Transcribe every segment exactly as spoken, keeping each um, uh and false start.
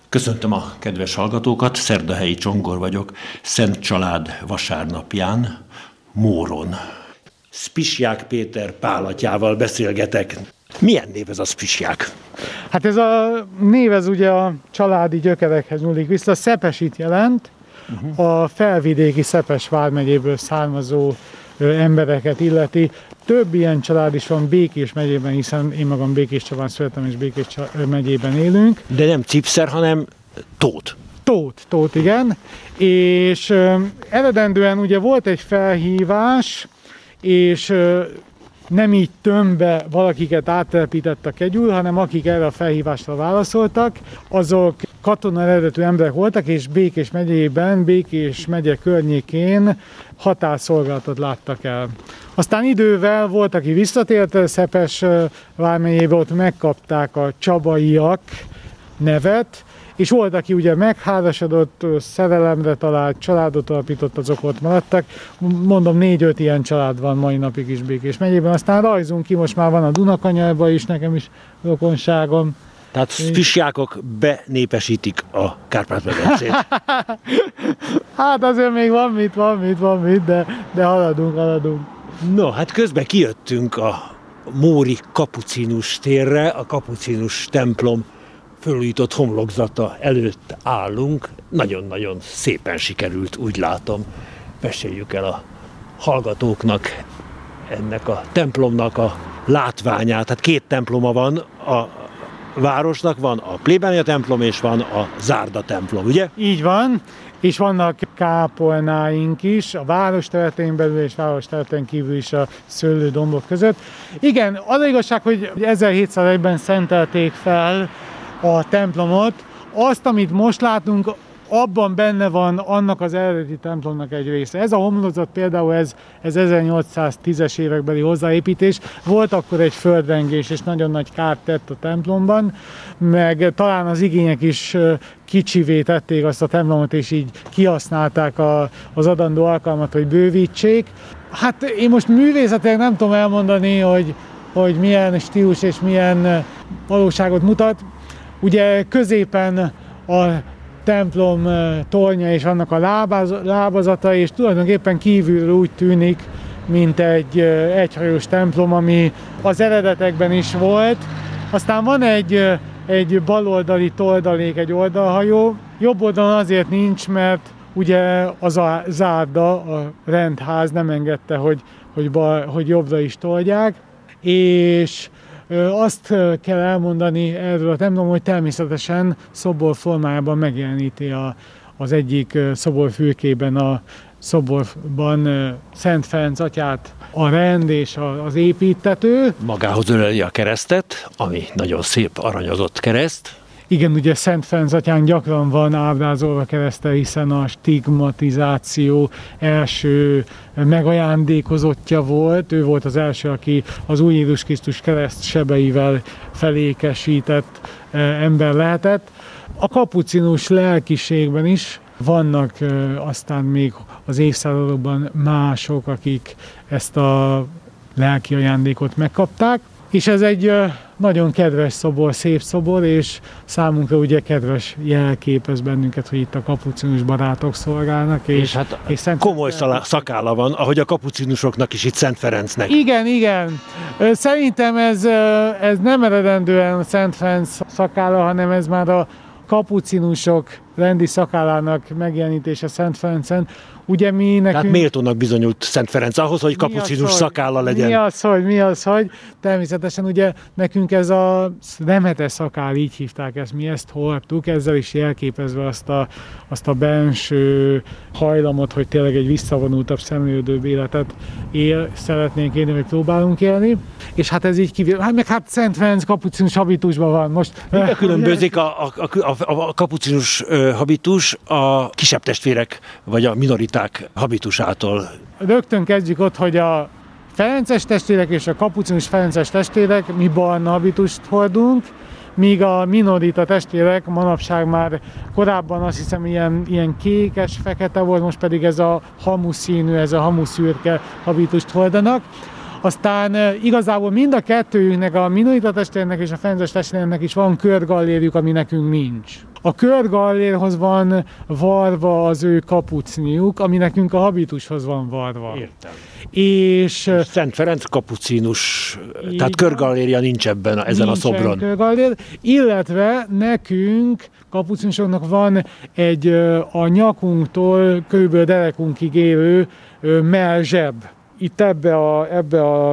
Köszöntöm a kedves hallgatókat, Szerdahelyi Csongor vagyok, Szent Család vasárnapján, Móron. Spisják Péter Pál atyával beszélgetek. Milyen név ez a Spisják? Hát ez a név, ez ugye a családi gyökerekhez nyúlik vissza, Szepesit jelent, uh-huh. A felvidéki Szepes vármegyéből származó embereket illeti. Több ilyen család is van Békés megyében, hiszen én magam Békéscsabán születtem, és Békés megyében élünk. De nem Cipszer, hanem Tóth. Tóth, Tóth, igen. És ö, eredendően ugye volt egy felhívás, és ö, nem így tömbbe valakiket áttelepített a kegyül, hanem akik erre a felhívásra válaszoltak, azok katona eredetű emberek voltak, és Békés megyében, Békés megye környékén határszolgálatot láttak el. Aztán idővel volt, aki visszatért Szepes vármegyébe, ott megkapták a csabaiak nevet, és volt, aki ugye megházasodott, szerelemre talált, családot alapított, azok ott maradtak. Mondom, négy-öt ilyen család van mai napig is Békés megyében. Aztán rajzunk ki, most már van a Dunakanyarban is, nekem is rokonságom. Tehát spisjákok benépesítik a Kárpát-medencét. Hát azért még van mit, van mit, van mit, de, de haladunk, haladunk. No, hát közben kijöttünk a Móri Kapucinus térre, a Kapucinus templom fölújított homlokzata előtt állunk. Nagyon-nagyon szépen sikerült, úgy látom. Meséljük el a hallgatóknak ennek a templomnak a látványát. Hát két temploma van a városnak, van a plébánia templom és van a Zárda templom, ugye? Így van, és vannak kápolnáink is, a város területén belül és város területén kívül is a szőlődombok között. Igen, az igazság, hogy ezerhétszázegyben szentelték fel a templomot. Azt, amit most látunk, abban benne van annak az eredeti templomnak egy része. Ez a homlokzat például, ez, ez ezernyolcszáztízes évekbeli hozzáépítés. Volt akkor egy földrengés, és nagyon nagy kárt tett a templomban, meg talán az igények is kicsivé tették azt a templomot, és így kihasználták a, az adandó alkalmat, hogy bővítsék. Hát én most művészetileg nem tudom elmondani, hogy, hogy milyen stílus és milyen valóságot mutat. Ugye középen a templom tornya és annak a lábaz, lábazata, és tulajdonképpen kívülről úgy tűnik, mint egy egyhajós templom, ami az eredetekben is volt. Aztán van egy, egy baloldali toldalék, egy oldalhajó. Jobb oldalon azért nincs, mert ugye az a zárda, a rendház nem engedte, hogy, hogy, bal, hogy jobbra is toldják, és azt kell elmondani erről a templomról, hogy természetesen szobor formájában megjeleníti a, az egyik szoborfülkében, a szoborban Szent Ferenc atyát a rend és az építtető. Magához öleli a keresztet, ami nagyon szép aranyozott kereszt. Igen, ugye Szent Ferenc atyán gyakran van ábrázolva keresztel, hiszen a stigmatizáció első megajándékozottja volt. Ő volt az első, aki az új Jézus Krisztus kereszt sebeivel felékesített ember lehetett. A kapucinus lelkiségben is vannak aztán még az évszázadokban mások, akik ezt a lelki ajándékot megkapták. És ez egy nagyon kedves szobor, szép szobor, és számunkra ugye kedves jelképez bennünket, hogy itt a kapucinus barátok szolgálnak. És, és hát és komoly Ferenc... szakálla van, ahogy a kapucinusoknak is itt Szent Ferencnek. Igen, igen. Szerintem ez, ez nem eredendően Szent Ferenc szakálla, hanem ez már a kapucinusok rendi szakállának megjelenítése Szent Ferencen. Ugye mi nekünk... Tehát méltónak bizonyult Szent Ferenc ahhoz, hogy kapucinus szakálla legyen. Mi az, hogy, mi az, hogy természetesen ugye nekünk ez a remetes szakál, így hívták ezt, mi ezt hordtuk, ezzel is jelképezve azt a, azt a benső hajlamot, hogy tényleg egy visszavonultabb, szemlélődőbb életet él, szeretnénk élni, vagy próbálunk élni. És hát ez így kívül, hát meg hát Szent Ferenc kapucinus habitusban van most. Miben különbözik a, a, a, a kapucinus habitus a kisebb testvérek, vagy a minoriták habitusától? Rögtön kezdjük ott, hogy a ferences testvérek és a kapucinus ferences testvérek mi barna habitust hordunk, míg a minorita testvérek manapság már korábban azt hiszem ilyen, ilyen kékes, fekete volt, most pedig ez a hamuszínű, ez a hamuszürke habitust hordanak. Aztán igazából mind a kettőjüknek, a minorita testvérnek és a ferences testvérnek is van körgallérjük, ami nekünk nincs. A körgallérhoz van varva az ő kapucniuk, ami nekünk a habitushoz van varva. Értem. És Szent Ferenc kapucinus, így tehát körgalléria nincs ebben a, ezen a nincsen szobron. körgallér, illetve nekünk, kapucinusoknak van egy a nyakunktól körülbelül derekunkig érő mellzseb. Itt ebbe a, ebbe a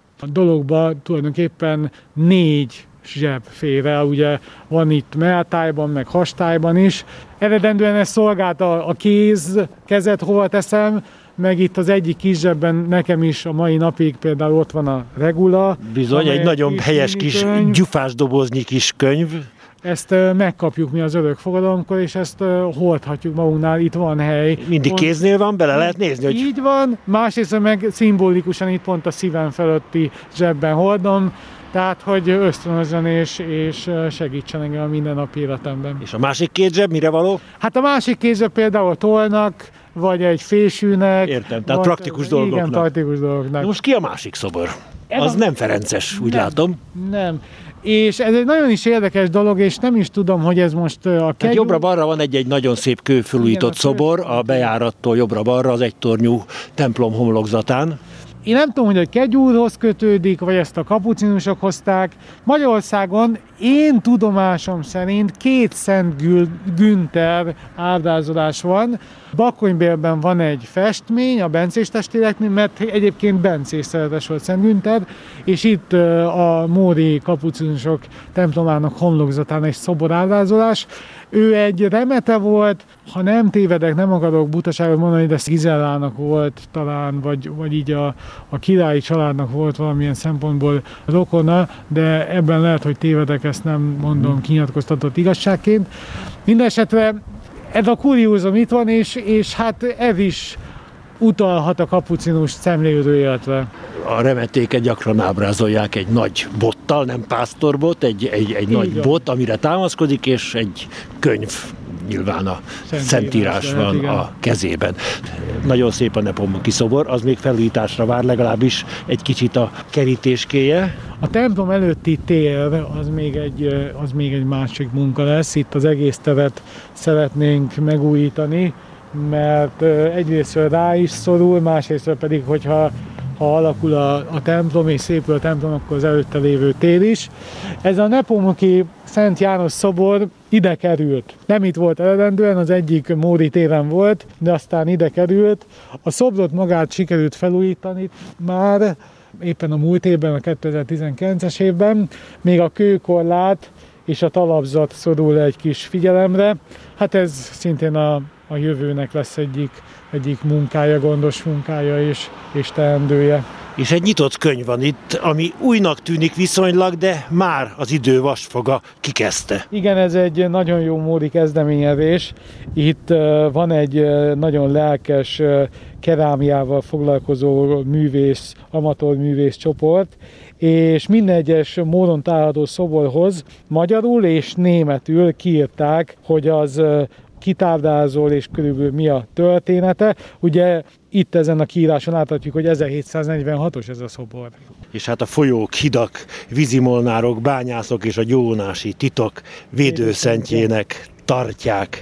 dologba tulajdonképpen négy zseb fér el, ugye van itt melltájban, meg hastájban is. Eredendően ez szolgált a, a kéz, kezet hova teszem, meg itt az egyik kis zsebben nekem is a mai napig például ott van a regula. Bizony, egy nagyon kis helyes kis könyv, gyufás doboznyi kis könyv. Ezt uh, megkapjuk mi az örök fogadalomkor, és ezt uh, hordhatjuk magunknál, itt van hely. Mindig pont, kéznél van, bele lehet nézni, hogy... Így van, másrészt meg szimbolikusan itt pont a szívem fölötti zsebben hordom, tehát, hogy ösztönözzön és, és segítsen engem a mindennapi életemben. És a másik két zseb mire való? Hát a másik két zseb például a tollnak, vagy egy fésűnek. Értem, tehát vagy, praktikus dolgoknak. Igen, praktikus dolgoknak. De most ki a másik szobor? Ez az a... nem ferences, úgy nem, látom. Nem. És ez egy nagyon is érdekes dolog, és nem is tudom, hogy ez most a kegyú... Hát jobbra-balra van egy-egy nagyon szép kőfölújított szobor, a bejárattól jobbra-balra az egytornyú templom homlokzatán. Én nem tudom, hogy a kegyúrhoz kötődik, vagy ezt a kapucinusok hozták. Magyarországon én tudomásom szerint két Szent Günther ábrázolás van. Bakonybélben van egy festmény a bencés testvérek, mert egyébként bencés szeretes volt Szent Günther, és itt a móri kapucinusok templomának homlokzatán egy szobor ábrázolás. Ő egy remete volt, ha nem tévedek, nem akarok butaságot mondani, de Gizellának volt talán, vagy, vagy így a, a királyi családnak volt valamilyen szempontból rokona, de ebben lehet, hogy tévedek, ezt nem mondom kinyilatkoztatott igazságként. Mindenesetre ez a kuriózum itt van, és, és hát ez is utalhat a kapucinus szemlélődő életre. A remetéket gyakran ábrázolják egy nagy bottal, nem pásztorbot, egy, egy, egy nagy van. Bot, amire támaszkodik, és egy könyv, nyilván a Szentírás, Szentírás van lehet, a kezében. Nagyon szép a Nepomuki szobor, az még felújításra vár, legalábbis egy kicsit a kerítéskéje. A templom előtti tér az még, egy, az még egy másik munka lesz, itt az egész teret szeretnénk megújítani, mert egyrésztről rá is szorul, másrésztről pedig, hogyha ha alakul a, a templom és szépül a templom, akkor az előtte lévő tér is. Ez a Nepomuki Szent János szobor ide került. Nem itt volt eredendően, az egyik móri téren volt, de aztán ide került. A szobrot magát sikerült felújítani már éppen a múlt évben, a kétezer-tizenkilences évben, még a kőkorlát és a talapzat szorul egy kis figyelemre. Hát ez szintén a, a jövőnek lesz egyik, egyik munkája, gondos munkája és, és teendője. És egy nyitott könyv van itt, ami újnak tűnik viszonylag, de már az idő vasfoga kikezdte. Igen, ez egy nagyon jó módi kezdeményezés. Itt uh, van egy uh, nagyon lelkes uh, kerámiával foglalkozó művész, amatőr művész csoport, és minden egyes módon található szoborhoz magyarul és németül kiírták, hogy az uh, kitáblázol és körülbelül mi a története. Ugye itt ezen a kiíráson láthatjuk, hogy ezerhétszáznegyvenhatos ez a szobor. És hát a folyók, hidak, vízimolnárok, bányászok és a gyónási titok védőszentjének tartják.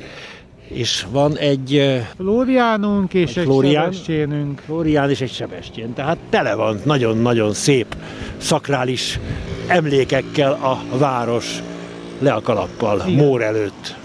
És van egy Flóriánunk és egy, egy Sebestyénünk. Flórián és egy Sebestyén. Tehát tele van nagyon-nagyon szép szakrális emlékekkel a város le a kalappal, Mór előtt.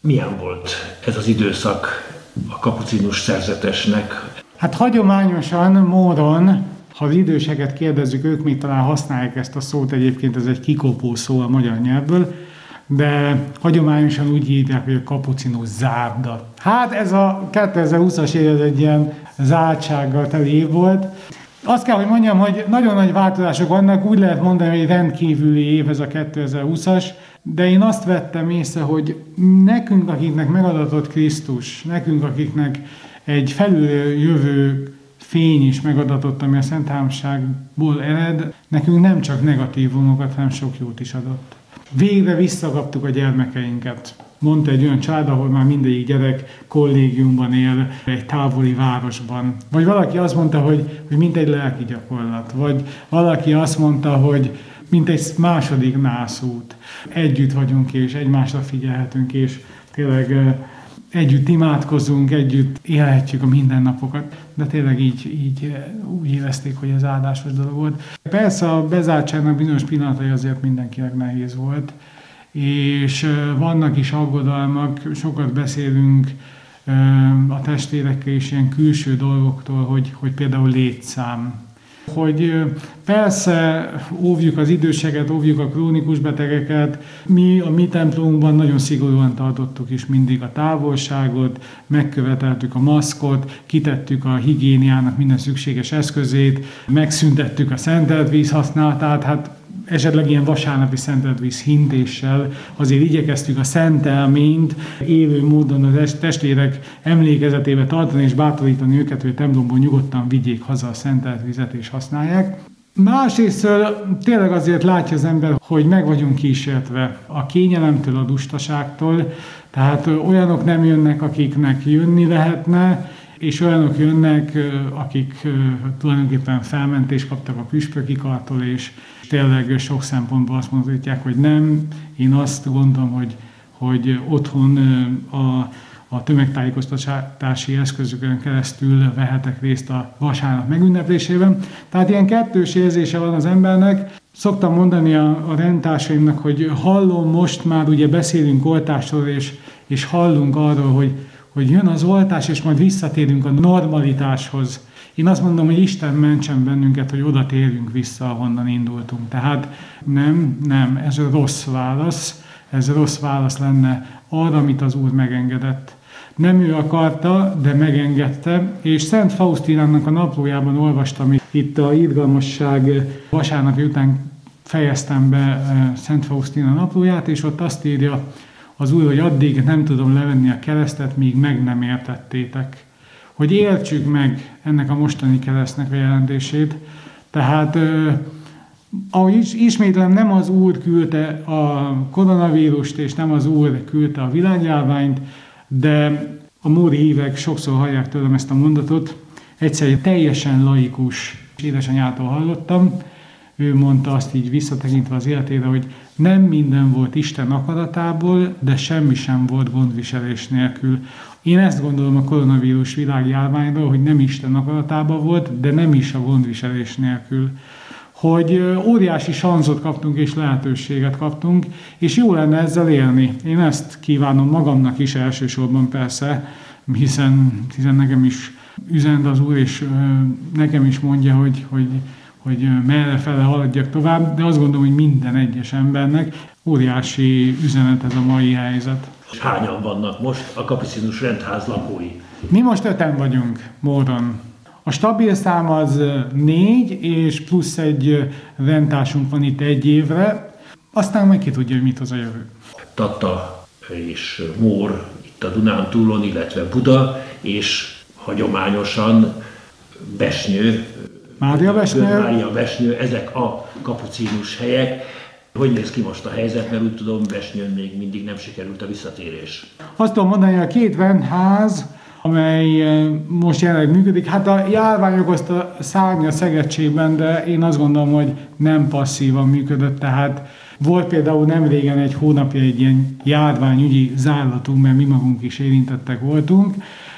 Milyen volt ez az időszak a kapucinus szerzetesnek? Hát hagyományosan módon, ha az időseket kérdezzük, ők még talán használják ezt a szót, egyébként ez egy kikopó szó a magyar nyelvből, de hagyományosan úgy hívják, hogy a kapucinus zárda. Hát ez a kétezer-húszas év ez egy ilyen zártsággal teli év volt. Azt kell, hogy mondjam, hogy nagyon nagy változások vannak, úgy lehet mondani, hogy rendkívüli év ez a kétezer-húszas, de én azt vettem észre, hogy nekünk, akiknek megadatott Krisztus, nekünk, akiknek egy felülről jövő fény is megadatott, ami a Szent Háromságból ered, nekünk nem csak negatívumokat, hanem sok jót is adott. Végre visszakaptuk a gyermekeinket. Mondta egy olyan család, ahol már mindegyik gyerek kollégiumban él, egy távoli városban. Vagy valaki azt mondta, hogy, hogy mint egy lelki gyakorlat. Vagy valaki azt mondta, hogy mint egy második nászút. Együtt vagyunk, és egymásra figyelhetünk, és tényleg együtt imádkozunk, együtt élhetjük a mindennapokat, de tényleg így, így úgy érezték, hogy ez áldásos dolog volt. Persze a bezártságnak bizonyos pillanatai azért mindenkinek nehéz volt, és vannak is aggodalmak, sokat beszélünk a testvérekkel is ilyen külső dolgoktól, hogy, hogy például létszám. Hogy persze óvjuk az időseket, óvjuk a krónikus betegeket, mi a mi templomunkban nagyon szigorúan tartottuk is mindig a távolságot, megköveteltük a maszkot, kitettük a higiéniának minden szükséges eszközét, megszüntettük a szentelt víz használatát, hát esetleg ilyen vasárnapi szentelt víz hintéssel azért igyekeztük a szentelményt élő módon a testvérek emlékezetébe tartani és bátorítani őket, hogy a templomból nyugodtan vigyék haza a szentelt vizet és használják. Másrészt tényleg azért látja az ember, hogy meg vagyunk kísértve a kényelemtől, a lustaságtól, tehát olyanok nem jönnek, akiknek jönni lehetne, és olyanok jönnek, akik tulajdonképpen felmentést kaptak a püspöki kartól, és tényleg sok szempontból azt mondhatják, hogy nem. Én azt gondolom, hogy, hogy otthon a, a tömegtájékoztatási eszközökön keresztül vehetek részt a vasárnap megünneplésében. Tehát ilyen kettős érzése van az embernek. Szoktam mondani a, a rendtársaimnak, hogy hallom most már, ugye beszélünk oltásról, és, és hallunk arról, hogy hogy jön az oltás, és majd visszatérünk a normalitáshoz. Én azt mondom, hogy Isten mentsen bennünket, hogy oda térjünk vissza, ahonnan indultunk. Tehát nem, nem, ez rossz válasz, ez rossz válasz lenne arra, amit az Úr megengedett. Nem ő akarta, de megengedte, és Szent Fausztinának a naplójában olvastam, itt a irgalmasság vasárnapi után fejeztem be Szent Fausztina naplóját, és ott azt írja az Úr, hogy addig nem tudom levenni a keresztet, míg meg nem értettétek. Hogy értsük meg ennek a mostani keresztnek a jelentését. Tehát, ahogy is, ismétlem, nem az Úr küldte a koronavírust, és nem az Úr küldte a világjárványt, de a móri hívek sokszor hallják tőlem ezt a mondatot. Egyszer egy teljesen laikus édesanyától hallottam, ő mondta azt így visszatekintve az életére, hogy nem minden volt Isten akaratából, de semmi sem volt gondviselés nélkül. Én ezt gondolom a koronavírus világjárványról, hogy nem Isten akaratában volt, de nem is a gondviselés nélkül. Hogy óriási sanszot kaptunk és lehetőséget kaptunk, és jó lenne ezzel élni. Én ezt kívánom magamnak is elsősorban persze, hiszen, hiszen nekem is üzen az Úr, és nekem is mondja, hogy, hogy hogy merre fele haladjak tovább, de azt gondolom, hogy minden egyes embernek óriási üzenet ez a mai helyzet. Hányan vannak most a kapucinus rendház lakói? Mi most öten vagyunk Móron. A stabil szám az négy, és plusz egy rendtársunk van itt egy évre, aztán majd ki tudja, hogy mit hoz a jövő. Tata és Mór itt a Dunántúlon, illetve Buda, és hagyományosan Besnyő, Mária Besnyő. Mária Besnyő, ezek a kapucinus helyek. Hogy néz ki most a helyzet, mert úgy tudom, Besnyőn még mindig nem sikerült a visszatérés. Azt tudom mondani, hogy a két rendház, amely most jelenleg működik, hát a járvány okozta szárny a szegettségben, de én azt gondolom, hogy nem passzívan működött, tehát volt például nem régen egy hónapja egy ilyen járványügyi zárlatunk, mert mi magunk is érintettek voltunk,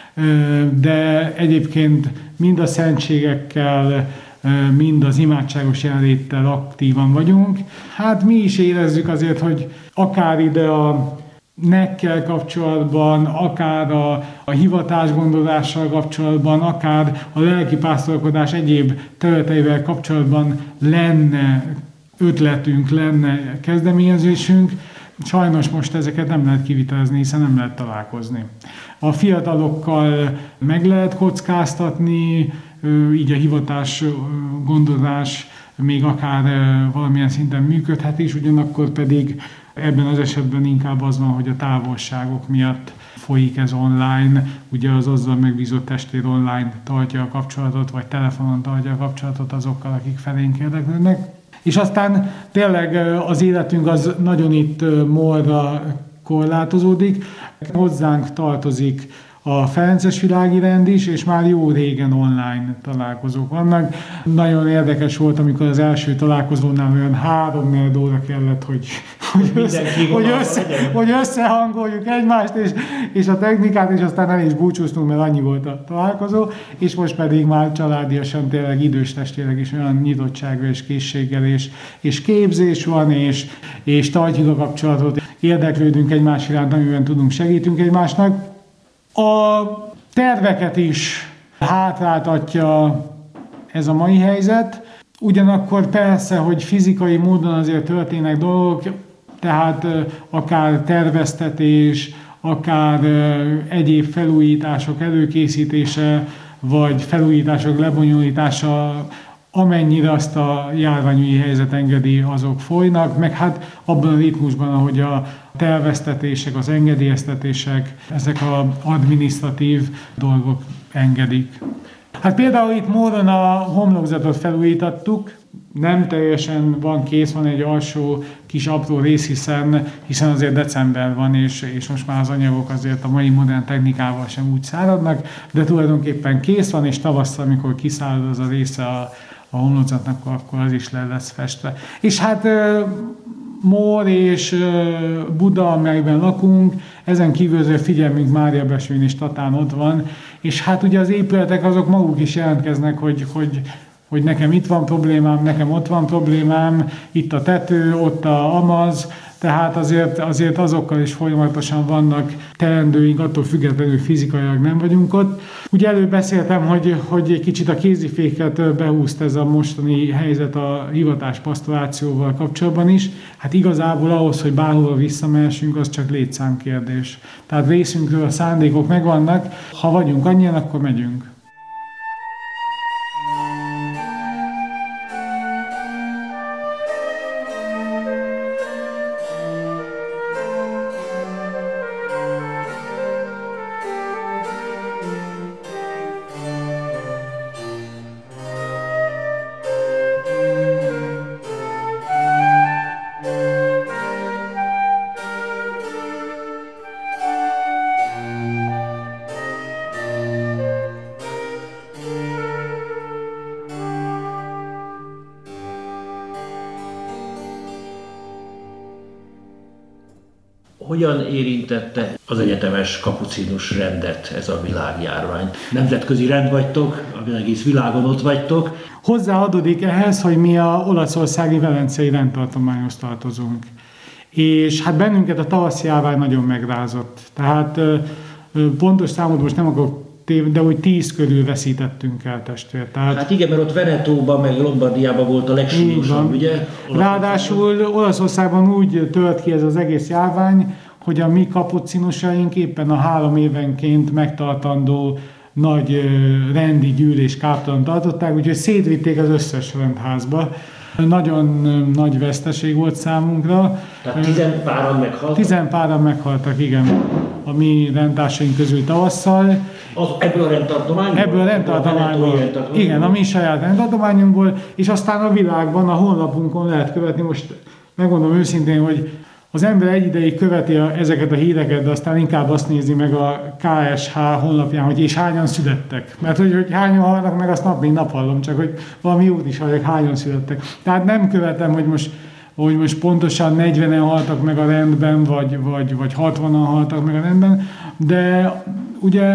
de egyébként mind a szentségekkel, mind az imádságos jelenléttel aktívan vagyunk. Hát mi is érezzük azért, hogy akár ide a nekkel kapcsolatban, akár a, a hivatásgondolással kapcsolatban, akár a lelkipásztorkodás egyéb területeivel kapcsolatban lenne ötletünk, lenne kezdeményezésünk. Sajnos most ezeket nem lehet kivitelezni, hiszen nem lehet találkozni. A fiatalokkal meg lehet kockáztatni, így a hivatás gondozás még akár valamilyen szinten működhet is, ugyanakkor pedig ebben az esetben inkább az van, hogy a távolságok miatt folyik ez online, ugye az azzal megbízott testvér online tartja a kapcsolatot, vagy telefonon tartja a kapcsolatot azokkal, akik felénk érdeklődnek. És aztán tényleg az életünk az nagyon itt morra korlátozódik. Hozzánk tartozik a Ferences Világi Rend is, és már jó régen online találkozók vannak. Nagyon érdekes volt, amikor az első találkozónál olyan három-négy óra kellett, hogy, hogy, össze, hogy, össze, hogy összehangoljuk egymást, és, és a technikát, és aztán el is búcsúztunk, mert annyi volt a találkozó, és most pedig már családiasan tényleg idős testvérek is olyan nyitottsággal és készséggel, és, és képzés van, és, és tartjuk a kapcsolatot, érdeklődünk egymás iránt, amiben tudunk, segítünk egymásnak. A terveket is hátráltatja ez a mai helyzet, ugyanakkor persze, hogy fizikai módon azért történnek dolgok, tehát akár terveztetés, akár egyéb felújítások előkészítése, vagy felújítások lebonyolítása, amennyire azt a járványügyi helyzet engedi, azok folynak, meg hát abban a ritmusban, ahogy a terveztetések, az engedélyeztetések, ezek az adminisztratív dolgok engedik. Hát például itt Móron a homlokzatot felújítottuk, nem teljesen van kész, van egy alsó kis apró rész, hiszen, hiszen azért december van, és, és most már az anyagok azért a mai modern technikával sem úgy száradnak, de tulajdonképpen kész van, és tavasszal, amikor kiszárad az a része a, a homlokzatnak, akkor az is le lesz festve. És hát Mór és Buda, amelyben lakunk, ezen kívül az figyelmünk Máriabesőn és Tatán ott van, és hát ugye az épületek azok maguk is jelentkeznek, hogy, hogy, hogy nekem itt van problémám, nekem ott van problémám, itt a tető, ott a amaz, tehát azért, azért azokkal is folyamatosan vannak teendőink, attól függetlenül fizikailag nem vagyunk ott. Ugye előbb beszéltem, hogy, hogy egy kicsit a kéziféket behúzt ez a mostani helyzet a hivatás pastorációval kapcsolatban is. Hát igazából ahhoz, hogy bárhova visszamehessünk, az csak létszámkérdés. Tehát részünkről a szándékok megvannak, ha vagyunk annyian, akkor megyünk. Hogyan érintette az egyetemes kapucinus rendet ez a világjárvány? Nemzetközi rend vagytok, az egész világon ott vagytok. Hozzáadódik ehhez, hogy mi a olaszországi velencei rendtartományhoz tartozunk. És hát bennünket a tavaszi járvány nagyon megrázott. Tehát pontos számot most nem akarok, de hogy tíz körül veszítettünk el testvér. Tehát... Hát igen, mert ott Venetóban, meg Lombardiában volt a legsúlyosabb, ugye? Ráadásul Olaszországban úgy tört ki ez az egész járvány, hogy a mi kapucinusaink éppen a három évenként megtartandó nagy rendi gyűlés káptalan tartották, úgyhogy szétvitték az összes rendházba. Nagyon nagy veszteség volt számunkra. Tehát tizen páran meghaltak? Tizen páran meghaltak, igen. A mi rendtársaink közül tavasszal. Az, ebből a rendtartományból? Ebből a rendtartományból. Igen, a mi saját rendtartományunkból, és aztán a világban, a honlapunkon lehet követni. Most megmondom őszintén, hogy az ember egy ideig követi a, ezeket a híreket, de aztán inkább azt nézi meg a ká es há honlapján, hogy és hányan születtek. Mert hogy, hogy hányan halnak meg, azt nap mint nap hallom, csak hogy valami jót is hallják, hányan születtek. Tehát nem követem, hogy most, hogy most pontosan negyvenen haltak meg a rendben, vagy, vagy, vagy hatvanan haltak meg a rendben, de ugye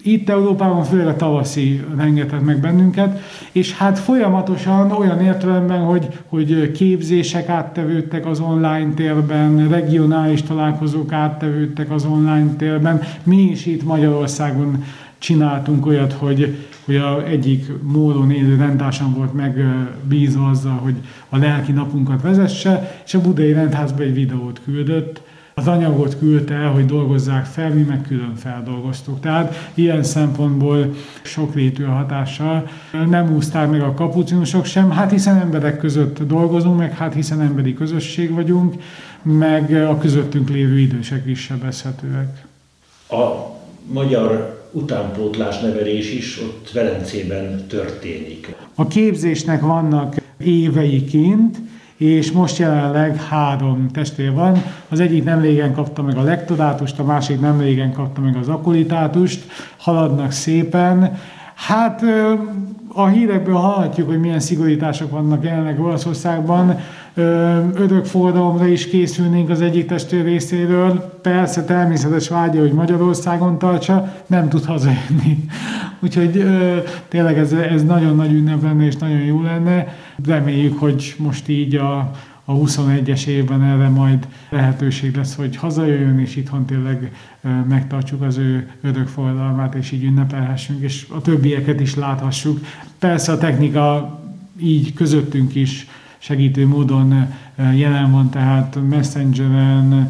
itt Európában főleg a tavaszi rengeteg meg bennünket, és hát folyamatosan olyan értelemben, hogy, hogy képzések áttevődtek az online térben, regionális találkozók áttevődtek az online térben. Mi is itt Magyarországon csináltunk olyat, hogy, hogy a egyik módon élő rendtársam volt megbízva azzal, hogy a lelki napunkat vezesse, és a Budai Rendházba egy videót küldött. Az anyagot küldte el, hogy dolgozzák fel, mi meg külön feldolgoztuk. Tehát ilyen szempontból sokrétű a hatással. Nem úszták meg a kapucinusok sem, hát hiszen emberek között dolgozunk, meg hát hiszen emberi közösség vagyunk, meg a közöttünk lévő idősek is sebezhetőek. A magyar utánpótlás nevelés is ott Velencében történik. A képzésnek vannak évei kint, és most jelenleg három testvér van. Az egyik nemrégen kapta meg a lektorátust, a másik nemrégen kapta meg az akolitátust, haladnak szépen. Hát a hírekből hallhatjuk, hogy milyen szigorítások vannak jelenleg Olaszországban. Örökforradalomra is készülnénk az egyik testvér részéről. Persze természetes vágya, hogy Magyarországon tartsa, nem tud hazajönni. Úgyhogy tényleg ez, ez nagyon nagy ünnep lenne és nagyon jó lenne. Reméljük, hogy most így a, a huszonegyes évben erre majd lehetőség lesz, hogy hazajöjjön, és itthon tényleg megtartsuk az ő örökforradalmát, és így ünnepelhessünk, és a többieket is láthassuk. Persze a technika így közöttünk is segítő módon jelen van, tehát Messengeren,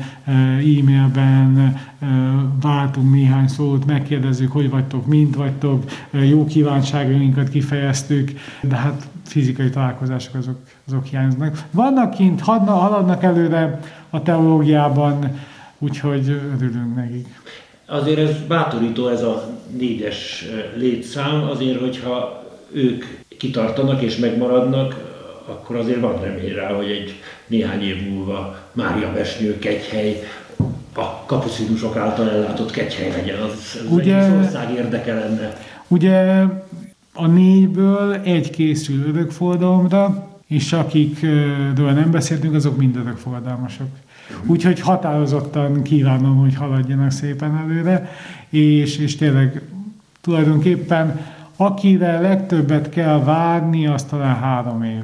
e-mailben váltunk néhány szót, megkérdezzük, hogy vagytok, mint vagytok, jó kívánságainkat kifejeztük, de hát fizikai találkozások azok, azok hiányoznak. Vannak kint, haladnak előre a teológiában, úgyhogy örülünk nekik. Azért ez bátorító, ez a négyes létszám, azért, hogyha ők kitartanak és megmaradnak, akkor azért van remény rá, hogy egy néhány év múlva Mária Besnyő kegyhely, a kapucinusok által ellátott kegyhely legyen. Az, az ugye, egész ország érdeke lenne. Ugye a négyből egy készül örökforradalomra, és akikről nem beszéltünk, azok mind örökforradalmasok. Úgyhogy határozottan kívánom, hogy haladjanak szépen előre, és, és tényleg tulajdonképpen akire legtöbbet kell várni, az talán három év.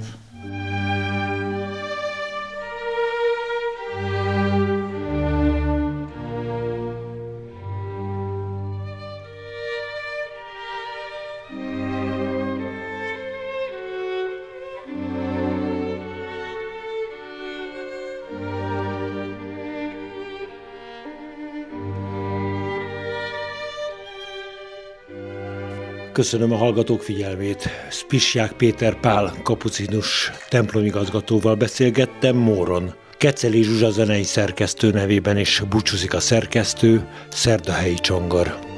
Köszönöm a hallgatók figyelmét. Spissiák Péter Pál kapucinus templomigazgatóval beszélgettem Móron. Keceli Zsuzsa zenei szerkesztő nevében is búcsúzik a szerkesztő, Szerdahelyi Csongor.